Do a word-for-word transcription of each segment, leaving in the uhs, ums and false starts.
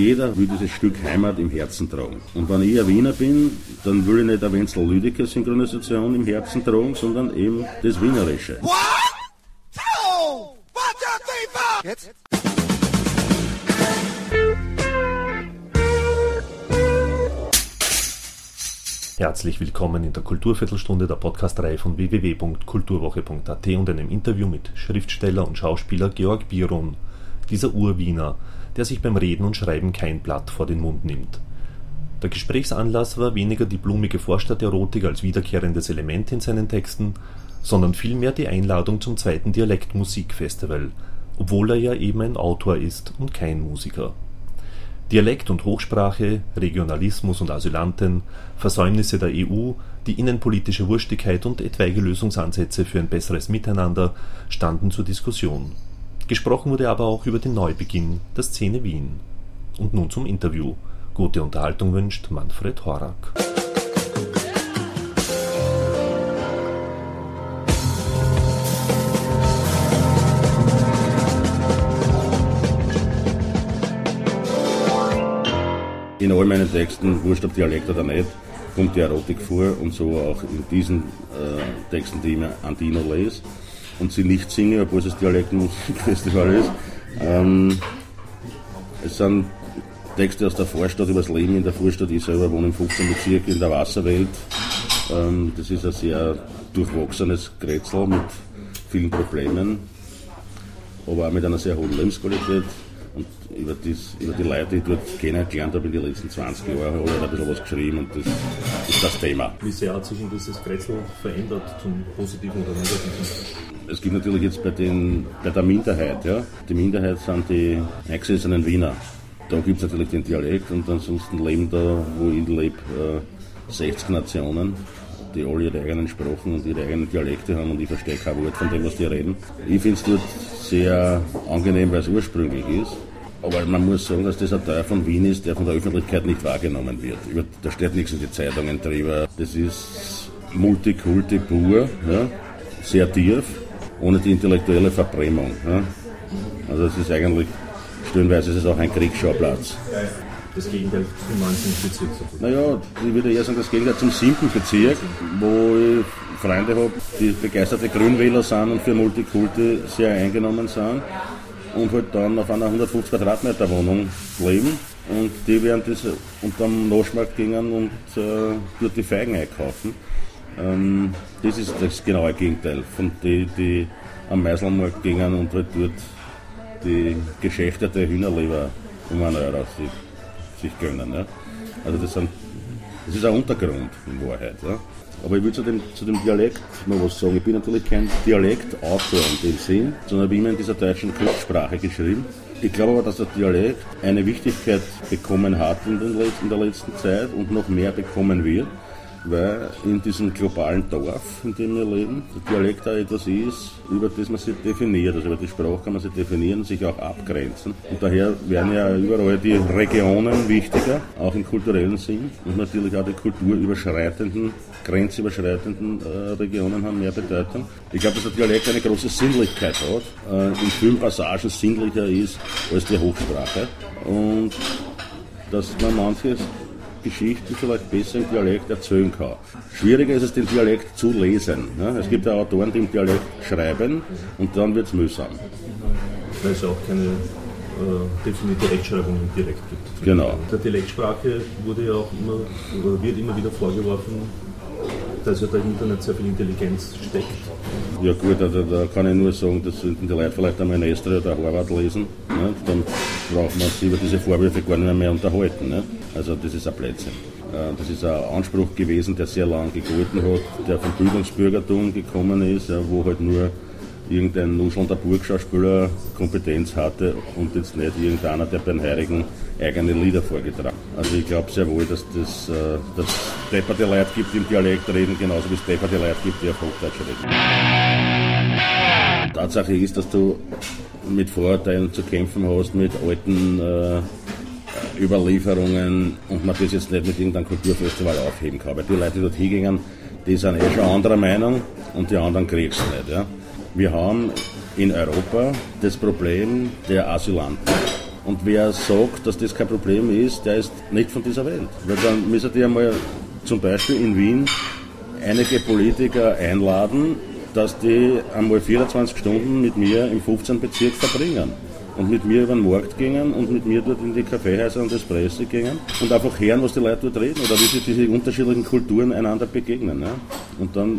jeder will dieses Stück Heimat im Herzen tragen. Und wenn ich ein Wiener bin, dann will ich nicht eine Wenzel-Lüdecke-Synchronisation im Herzen tragen, sondern eben das Wienerische. One, two, one, two, three, four. Jetzt? Herzlich willkommen in der Kulturviertelstunde der Podcast-Reihe von w w w punkt kulturwoche punkt a t und einem Interview mit Schriftsteller und Schauspieler Georg Bierun, dieser Urwiener, der sich beim Reden und Schreiben kein Blatt vor den Mund nimmt. Der Gesprächsanlass war weniger die blumige Vorstadterotik als wiederkehrendes Element in seinen Texten, sondern vielmehr die Einladung zum zweiten Dialektmusikfestival, obwohl er ja eben ein Autor ist und kein Musiker. Dialekt und Hochsprache, Regionalismus und Asylanten, Versäumnisse der E U, die innenpolitische Wurstigkeit und etwaige Lösungsansätze für ein besseres Miteinander standen zur Diskussion. Gesprochen wurde aber auch über den Neubeginn der Szene Wien. Und nun zum Interview. Gute Unterhaltung wünscht Manfred Horak. In all meinen Texten, wurscht ob Dialekt oder nicht, kommt die Erotik vor und so auch in diesen äh, Texten, die ich mir an Dino lese und sie nicht singe, obwohl es das Dialektmusikfestival ist. Ähm, es sind Texte aus der Vorstadt über das Leben in der Vorstadt. Ich selber wohne im fünfzehnten Bezirk in der Wasserwelt. Ähm, das ist ein sehr durchwachsenes Grätzl mit vielen Problemen, aber auch mit einer sehr hohen Lebensqualität. Und über, dies, über die Leute, die ich dort kennengelernt habe in den letzten zwanzig Jahren, habe ich ein bisschen was geschrieben und das ist das Thema. Wie sehr hat sich dieses Grätzl verändert, zum Positiven oder Negativen? Es gibt natürlich jetzt bei, den, bei der Minderheit, ja. Die Minderheit sind die eingesessenen Wiener. Da gibt es natürlich den Dialekt und ansonsten leben da, wo ich lebe, sechzig Nationen, die alle ihre eigenen Sprachen und ihre eigenen Dialekte haben und ich verstehe kein Wort von dem, was die reden. Ich finde es dort sehr angenehm, weil es ursprünglich ist. Aber man muss sagen, dass das ein Teil von Wien ist, der von der Öffentlichkeit nicht wahrgenommen wird. Da steht nichts in den Zeitungen drüber. Das ist Multikulti pur, ja, sehr tief, ohne die intellektuelle Verbrämung. Ja. Also es ist eigentlich, stellenweise ist es auch ein Kriegsschauplatz. Das Gegenteil zum neunzehnten Bezirk. Naja, ich würde eher sagen, das Gegenteil zum siebten Bezirk, wo ich Freunde habe, die begeisterte Grünwähler sind und für Multikulti sehr eingenommen sind und halt dann auf einer hundertfünfzig Quadratmeter Wohnung leben und die werden das unterm Naschmarkt gehen und äh, dort die Feigen einkaufen. Ähm, das ist das genaue Gegenteil von denen, die am Meiselmarkt gehen und halt dort die geschäftete Hühnerleber um einen Euro sich sich gönnen. Ja. Also das, sind, das ist ein Untergrund in Wahrheit. Ja. Aber ich will zu dem, zu dem Dialekt noch was sagen. Ich bin natürlich kein Dialektautor in dem Sinn, sondern habe immer in dieser deutschen Kurzsprache geschrieben. Ich glaube aber, dass der Dialekt eine Wichtigkeit bekommen hat in, den, in der letzten Zeit und noch mehr bekommen wird, weil in diesem globalen Dorf, in dem wir leben, der Dialekt auch etwas ist, über das man sich definiert. Also über die Sprache kann man sich definieren und sich auch abgrenzen. Und daher werden ja überall die Regionen wichtiger, auch im kulturellen Sinn. Und natürlich auch die kulturüberschreitenden, grenzüberschreitenden äh, Regionen haben mehr Bedeutung. Ich glaube, dass der Dialekt eine große Sinnlichkeit hat, äh, in vielen Passagen sinnlicher ist als die Hochsprache. Und dass man manches Geschichten vielleicht besser im Dialekt erzählen kann. Schwieriger ist es, den Dialekt zu lesen. Ja, es gibt ja Autoren, die im Dialekt schreiben und dann wird es mühsam. Weil es auch keine äh, definierte Rechtschreibung im Dialekt gibt. Genau. Der Dialektsprache wurde ja auch immer, oder wird immer wieder vorgeworfen, dass ja da im Internet sehr viel Intelligenz steckt. Ja gut, da, da kann ich nur sagen, dass die Leute vielleicht einmal eine Estre oder Harvard lesen. Ne? Dann braucht man sich über diese Vorwürfe gar nicht mehr, mehr unterhalten. Ne? Also das ist ein Blödsinn. Das ist ein Anspruch gewesen, der sehr lange gegolten hat, der vom Bildungsbürgertum gekommen ist, ja, wo halt nur irgendein nuschelnder Burgschauspieler Kompetenz hatte und jetzt nicht irgendeiner, der beim Heirigen eigene Lieder vorgetragen. Also ich glaube sehr wohl, dass das äh, dass depperte Leute gibt, die im Dialekt reden, genauso wie es depperte Leute gibt, die auf Hochdeutsch reden. Tatsache ist, dass du mit Vorurteilen zu kämpfen hast, mit alten äh, Überlieferungen und man das jetzt nicht mit irgendeinem Kulturfestival aufheben kann. Weil die Leute, die dort hingehen, die sind eh schon anderer Meinung und die anderen kriegst du nicht. Ja. Wir haben in Europa das Problem der Asylanten. Und wer sagt, dass das kein Problem ist, der ist nicht von dieser Welt. Weil dann müssen die einmal zum Beispiel in Wien einige Politiker einladen, dass die einmal vierundzwanzig Stunden mit mir im fünfzehnten Bezirk verbringen. Und mit mir über den Markt gingen und mit mir dort in die Kaffeehäuser und das Presse gingen und einfach hören, was die Leute dort reden oder wie sich diese unterschiedlichen Kulturen einander begegnen. Ja? Und dann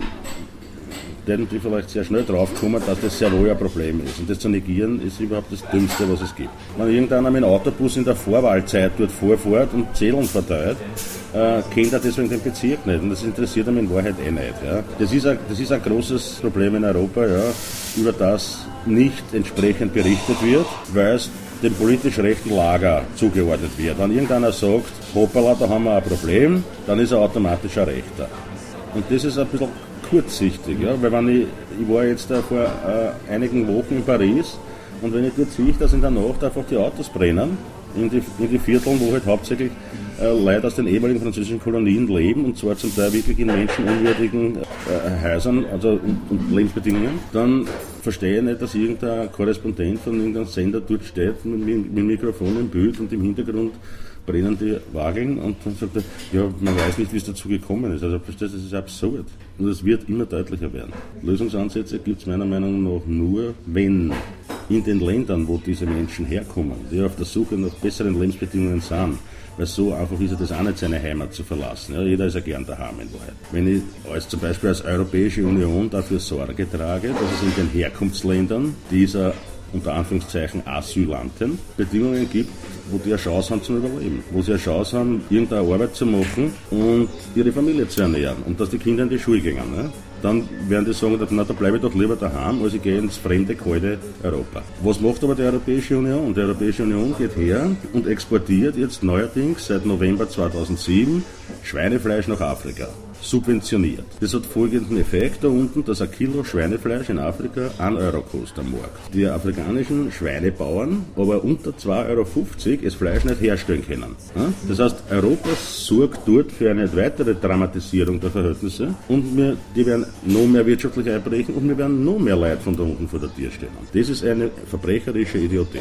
werden die vielleicht sehr schnell draufkommen, dass das sehr wohl ein Problem ist. Und das zu negieren, ist überhaupt das Dümmste, was es gibt. Wenn irgendeiner mit dem Autobus in der Vorwahlzeit dort vorfährt und Zetteln verteilt, äh, kennt er deswegen den Bezirk nicht. Und das interessiert ihn in Wahrheit eh nicht. Ja. Das ist ein, das ist ein großes Problem in Europa, ja, über das nicht entsprechend berichtet wird, weil es dem politisch rechten Lager zugeordnet wird. Wenn irgendeiner sagt, hoppala, da haben wir ein Problem, dann ist er automatisch ein Rechter. Und das ist ein bisschen kurzsichtig, ja, weil wenn ich, ich war jetzt da vor äh, einigen Wochen in Paris und wenn ich dort sehe, dass in der Nacht einfach die Autos brennen, in die, in die Vierteln, wo halt hauptsächlich äh, Leute aus den ehemaligen französischen Kolonien leben und zwar zum Teil wirklich in menschenunwürdigen äh, Häusern also, und, und Lebensbedingungen, dann verstehe ich nicht, dass irgendein Korrespondent von irgendeinem Sender dort steht mit, mit, mit Mikrofon im Bild und im Hintergrund brennen die Wageln und dann sagt er, ja, man weiß nicht, wie es dazu gekommen ist. Also verstehst du, das ist absurd. Und es wird immer deutlicher werden. Lösungsansätze gibt es meiner Meinung nach nur, wenn in den Ländern, wo diese Menschen herkommen, die auf der Suche nach besseren Lebensbedingungen sind, weil so einfach ist er das auch nicht, seine Heimat zu verlassen. Ja, jeder ist ja gern daheim in Wahrheit. Wenn ich als, zum Beispiel als Europäische Union dafür Sorge trage, dass es in den Herkunftsländern dieser unter Anführungszeichen Asylanten Bedingungen gibt, wo die eine Chance haben zum Überleben, wo sie eine Chance haben, irgendeine Arbeit zu machen und ihre Familie zu ernähren und dass die Kinder in die Schule gehen. Ne? Dann werden die sagen, na, da bleibe ich doch lieber daheim, als ich gehe ins fremde, kalte Europa. Was macht aber die Europäische Union? Die Europäische Union geht her und exportiert jetzt neuerdings seit November zweitausendsieben Schweinefleisch nach Afrika. Subventioniert. Das hat folgenden Effekt da unten, dass ein Kilo Schweinefleisch in Afrika ein Euro kostet am Markt. Die afrikanischen Schweinebauern aber unter zwei Euro fünfzig das Fleisch nicht herstellen können. Das heißt, Europa sorgt dort für eine weitere Dramatisierung der Verhältnisse und wir, die werden noch mehr wirtschaftlich einbrechen und wir werden noch mehr Leute von da unten vor der Tür stehen. Das ist eine verbrecherische Idiotie.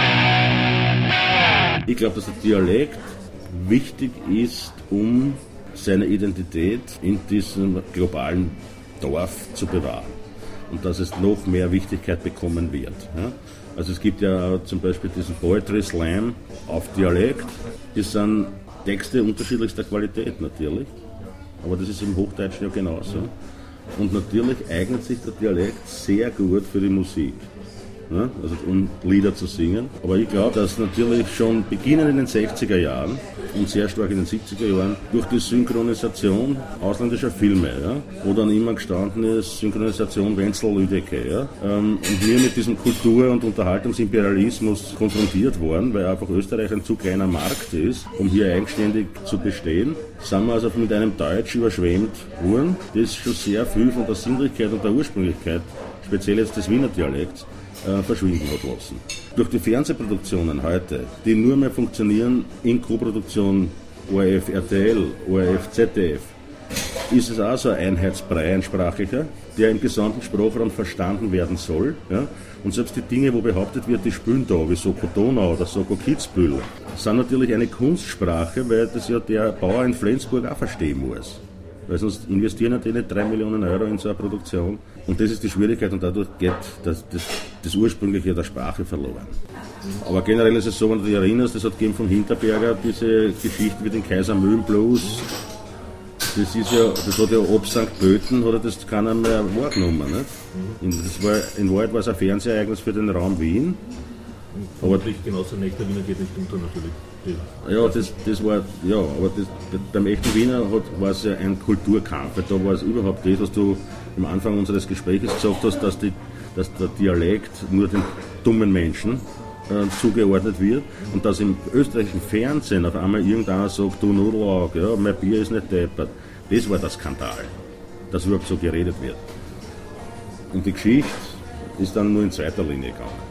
Ich glaube, dass der Dialekt wichtig ist, um seine Identität in diesem globalen Dorf zu bewahren und dass es noch mehr Wichtigkeit bekommen wird. Ja? Also es gibt ja zum Beispiel diesen Poetry Slam auf Dialekt, das sind Texte unterschiedlichster Qualität natürlich, aber das ist im Hochdeutschen ja genauso. Und natürlich eignet sich der Dialekt sehr gut für die Musik. Ja, also um Lieder zu singen. Aber ich glaube, dass natürlich schon beginnend in den sechziger Jahren und sehr stark in den siebziger Jahren durch die Synchronisation ausländischer Filme, ja, wo dann immer gestanden ist, Synchronisation Wenzel Lüdecke, ja, ähm, und wir mit diesem Kultur- und Unterhaltungsimperialismus konfrontiert worden, weil einfach Österreich ein zu kleiner Markt ist, um hier eigenständig zu bestehen, sind wir also mit einem Deutsch überschwemmt worden, das schon sehr viel von der Sinnlichkeit und der Ursprünglichkeit, speziell jetzt des Wiener Dialekts, Äh, verschwinden hat lassen. Durch die Fernsehproduktionen heute, die nur mehr funktionieren in Koproduktion O R F R T L, O R F Z D F, ist es auch so ein Einheitsbrei, ein sprachlicher, der im gesamten Sprachraum verstanden werden soll. Ja? Und selbst die Dinge, wo behauptet wird, die spielen da, wie Soko Donau oder Soko Kitzbühel, sind natürlich eine Kunstsprache, weil das ja der Bauer in Flensburg auch verstehen muss. Weil sonst investieren die nicht drei Millionen Euro in so eine Produktion. Und das ist die Schwierigkeit und dadurch geht das, das, das Ursprüngliche der Sprache verloren. Aber generell ist es so, wenn du dich erinnerst, das hat gegeben von Hinterberger diese Geschichte mit den Kaisermühlen-Blues. Das ist ja, das hat ja ab Sankt Pölten hat das keiner mehr wahrgenommen. Nicht? Das war, in Wahrheit war es ein Fernsehereignis für den Raum Wien. Aber genauso ein echter Wiener geht nicht unter natürlich. Ja, das, das war, ja, aber das, beim echten Wiener hat, war es ja ein Kulturkampf. Da war es überhaupt das, was du am Anfang unseres Gesprächs gesagt hast, dass, die, dass der Dialekt nur den dummen Menschen äh, zugeordnet wird und dass im österreichischen Fernsehen auf einmal irgendeiner sagt, du Nudelauge, ja, mein Bier ist nicht deppert. Das war der Skandal, dass überhaupt so geredet wird. Und die Geschichte ist dann nur in zweiter Linie gegangen.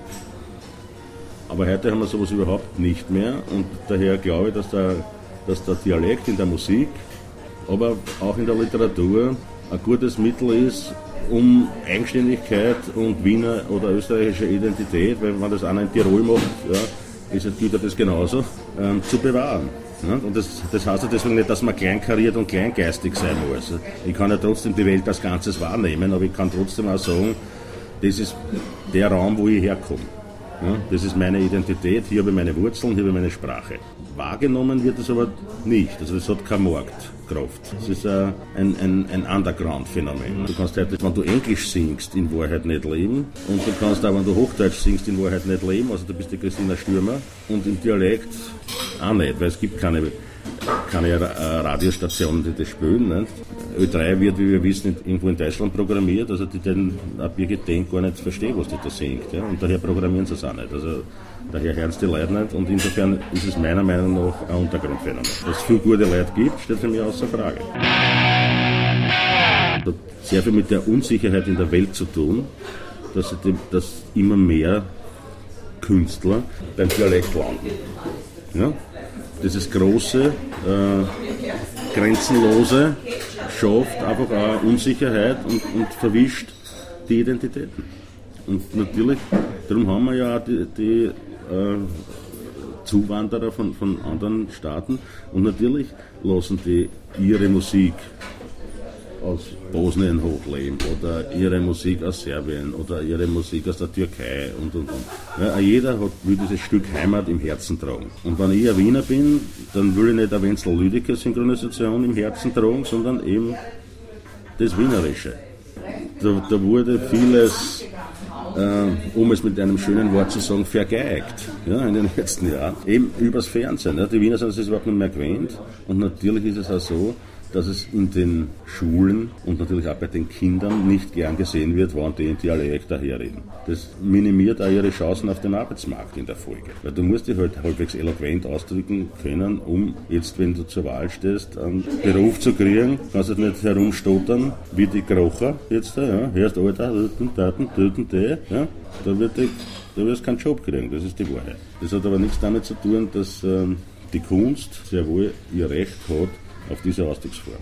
Aber heute haben wir sowas überhaupt nicht mehr und daher glaube ich, dass der, dass der Dialekt in der Musik, aber auch in der Literatur ein gutes Mittel ist, um Eigenständigkeit und Wiener oder österreichische Identität, weil man das einer in Tirol macht, ja, ist es, gilt das genauso, ähm, zu bewahren. Ja? Und das, das heißt ja deswegen nicht, dass man kleinkariert und kleingeistig sein muss. Ich kann ja trotzdem die Welt als Ganzes wahrnehmen, aber ich kann trotzdem auch sagen, das ist der Raum, wo ich herkomme. Ja? Das ist meine Identität, hier habe ich meine Wurzeln, hier habe ich meine Sprache. Wahrgenommen wird es aber nicht, also es hat keine Marktkraft. Es ist ein, ein, ein Underground-Phänomen. Du kannst halt, wenn du Englisch singst, in Wahrheit nicht leben, und du kannst auch, wenn du Hochdeutsch singst, in Wahrheit nicht leben, also du bist die Christina Stürmer, und im Dialekt auch nicht, weil es gibt keine, keine Radiostationen, die das spielen. Nicht? Ö drei wird, wie wir wissen, irgendwo in Deutschland programmiert, also die den Birgit Denk gar nicht verstehen, was die da singt. Ja? Und daher programmieren sie es auch nicht. Also daher hören es die Leute nicht, und insofern ist es meiner Meinung nach ein Untergrundphänomen. Dass es viele gute Leute gibt, steht für mich außer Frage. Das hat sehr viel mit der Unsicherheit in der Welt zu tun, dass, die, dass immer mehr Künstler beim Dialekt landen. Ja? Dieses große, äh, grenzenlose schafft einfach auch Unsicherheit und, und verwischt die Identitäten. Und natürlich, darum haben wir ja auch die, die äh, Zuwanderer von, von anderen Staaten, und natürlich lassen die ihre Musik aus Bosnien hochleben oder ihre Musik aus Serbien oder ihre Musik aus der Türkei und und und. Ja, jeder hat, will dieses Stück Heimat im Herzen tragen. Und wenn ich ein Wiener bin, dann will ich nicht eine Wenzel Lüdecke Synchronisation im Herzen tragen, sondern eben das Wienerische. Da, da wurde vieles, äh, um es mit einem schönen Wort zu sagen, vergeigt, ja, in den letzten Jahren. Eben übers Fernsehen. Ja. Die Wiener sind es überhaupt nicht mehr gewöhnt, und natürlich ist es auch so, dass es in den Schulen und natürlich auch bei den Kindern nicht gern gesehen wird, wenn die in Dialekt daherreden. Das minimiert auch ihre Chancen auf dem Arbeitsmarkt in der Folge. Weil du musst dich halt halbwegs eloquent ausdrücken können, um jetzt, wenn du zur Wahl stehst, einen Beruf zu kriegen. Du kannst jetzt nicht herumstottern wie die Krocher jetzt da, ja. Hörst Alter, töten, töten, töten, die, ja. Da wird die, du wirst keinen Job kriegen, das ist die Wahrheit. Das hat aber nichts damit zu tun, dass ähm, die Kunst sehr wohl ihr Recht hat auf diese Ausdrucksform.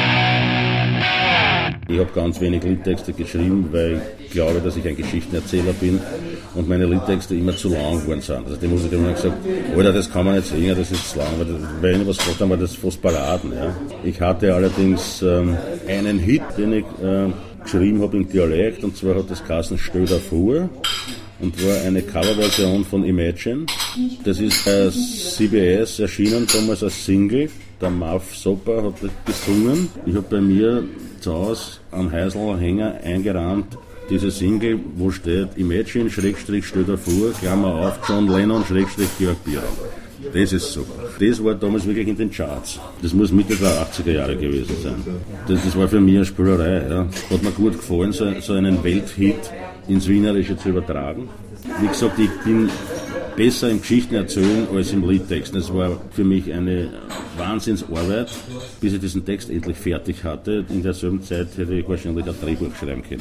Ich habe ganz wenig Liedtexte geschrieben, weil ich glaube, dass ich ein Geschichtenerzähler bin und meine Liedtexte immer zu lang geworden sind. Also die Musiker haben gesagt, Alter, das kann man nicht singen, das ist zu lang. Weil wenn ich was gefragt habe, war das fast Balladen. Ja. Ich hatte allerdings ähm, einen Hit, den ich äh, geschrieben habe im Dialekt, und zwar hat das geheißen Stell dir vor, und war eine Coverversion von Imagine. Das ist bei C B S erschienen, damals als Single. Der Muff Soper hat das gesungen. Ich habe bei mir zu Hause am Heiselhänger eingerahmt diese Single, wo steht Imagine, Schrägstrich, stell dir vor, Klammer auf, John Lennon, Schrägstrich, Georg Bieron. Das ist super. Das war damals wirklich in den Charts. Das muss Mitte der achtziger Jahre gewesen sein. Das, das war für mich eine Spielerei. Ja. Hat mir gut gefallen, so, so einen Welthit ins Wienerische zu übertragen. Wie gesagt, ich bin besser im Geschichten erzählen als im Liedtext. Das war für mich eine Wahnsinnsarbeit, bis ich diesen Text endlich fertig hatte. In derselben Zeit hätte ich wahrscheinlich ein Drehbuch schreiben können.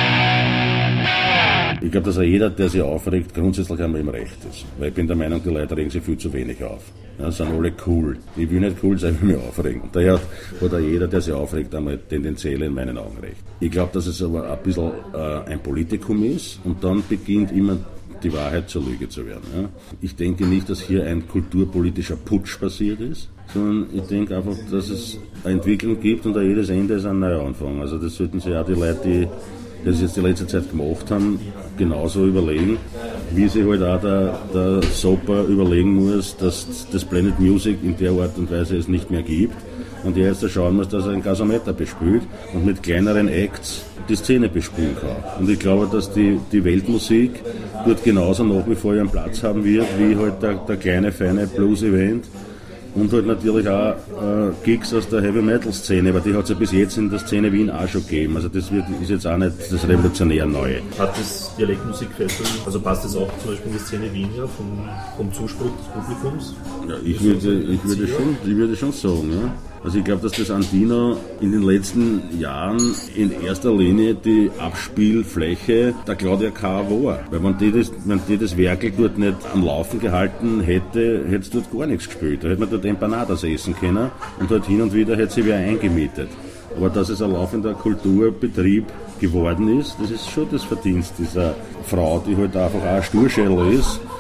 Ich glaube, dass auch jeder, der sich aufregt, grundsätzlich einmal im Recht ist. Weil ich bin der Meinung, die Leute regen sich viel zu wenig auf. Ja, sind alle cool. Ich will nicht cool sein, ich will mich aufregen. Daher hat, hat auch jeder, der sich aufregt, einmal tendenziell in meinen Augen recht. Ich glaube, dass es aber ein bisschen äh, ein Politikum ist, und dann beginnt immer die Wahrheit zur Lüge zu werden. Ja. Ich denke nicht, dass hier ein kulturpolitischer Putsch passiert ist, sondern ich denke einfach, dass es eine Entwicklung gibt, und jedes Ende ist ein Neuanfang. Also das sollten sich auch die Leute, die das jetzt die letzte Zeit gemacht haben, genauso überlegen, wie sich halt auch der, der Soper überlegen muss, dass das Planet Music in der Art und Weise es nicht mehr gibt, und er jetzt schauen muss, dass er einen Gasometer bespielt und mit kleineren Acts die Szene bespielen kann. Und ich glaube, dass die, die Weltmusik dort genauso nach wie vor ihren Platz haben wird, wie halt der, der kleine, feine Blues-Event. Und halt natürlich auch äh, Gigs aus der Heavy-Metal-Szene, weil die hat es ja bis jetzt in der Szene Wien auch schon gegeben. Also das wird, ist jetzt auch nicht das revolutionär Neue. Hat das Dialektmusikfestival, also passt das auch zum Beispiel in die Szene Wien ja, vom, vom Zuspruch des Publikums? Ja, ich würde, ich würde, schon, ich würde schon sagen, ja. Also ich glaube, dass das Andino in den letzten Jahren in erster Linie die Abspielfläche der Claudia K. war. Weil wenn die das, wenn die das Werkel dort nicht am Laufen gehalten hätte, hätte es dort gar nichts gespielt. Da hätte man dort Empanadas essen können, und dort hin und wieder hätte sie wieder eingemietet. Aber dass es ein laufender Kulturbetrieb geworden ist, das ist schon das Verdienst dieser Frau, die halt einfach auch ein Sturschädel ist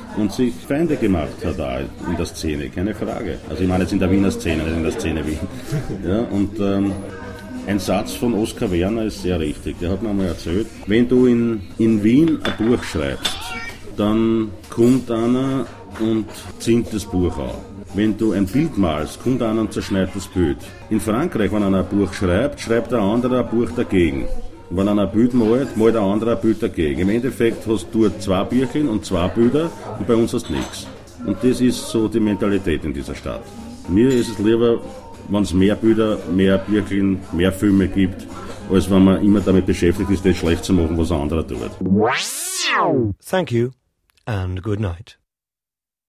und sich Feinde gemacht hat auch in der Szene, keine Frage. Also ich meine jetzt in der Wiener Szene, nicht in der Szene Wien. Ja, und ähm, ein Satz von Oskar Werner ist sehr richtig, der hat mir einmal erzählt, wenn du in, in Wien ein Buch schreibst, dann kommt einer und zinkt das Buch auf. Wenn du ein Bild malst, kommt einer und zerschneidet das Bild. In Frankreich, wenn einer ein Buch schreibt, schreibt der andere ein Buch dagegen. Und wenn einer ein Bild malt, malt der andere ein Bild dagegen. Im Endeffekt hast du zwei Bücheln und zwei Bilder und bei uns hast du nichts. Und das ist so die Mentalität in dieser Stadt. Mir ist es lieber, wenn es mehr Bilder, mehr Bücheln, mehr Filme gibt, als wenn man immer damit beschäftigt ist, das schlecht zu machen, was ein anderer tut. Thank you and good night.